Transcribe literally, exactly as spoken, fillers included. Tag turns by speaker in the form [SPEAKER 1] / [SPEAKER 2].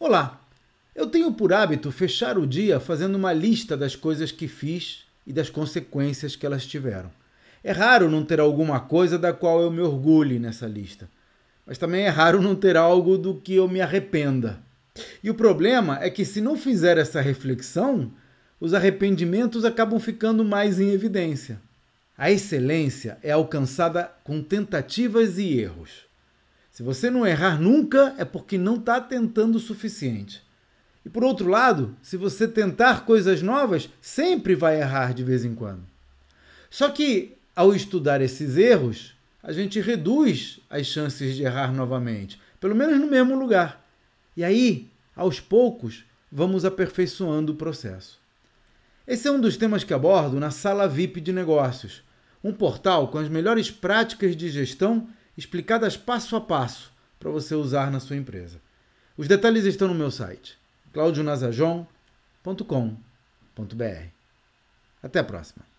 [SPEAKER 1] Olá! Eu tenho por hábito fechar o dia fazendo uma lista das coisas que fiz e das consequências que elas tiveram. É raro não ter alguma coisa da qual eu me orgulhe nessa lista, mas também é raro não ter algo do que eu me arrependa. E o problema é que, se não fizer essa reflexão, os arrependimentos acabam ficando mais em evidência. A excelência é alcançada com tentativas e erros. Se você não errar nunca, é porque não está tentando o suficiente. E por outro lado, se você tentar coisas novas, sempre vai errar de vez em quando. Só que, ao estudar esses erros, a gente reduz as chances de errar novamente, pelo menos no mesmo lugar. E aí, aos poucos, vamos aperfeiçoando o processo. Esse é um dos temas que abordo na Sala V I P de Negócios, um portal com as melhores práticas de gestão explicadas passo a passo para você usar na sua empresa. Os detalhes estão no meu site, claudio nazajon ponto com ponto br. Até a próxima!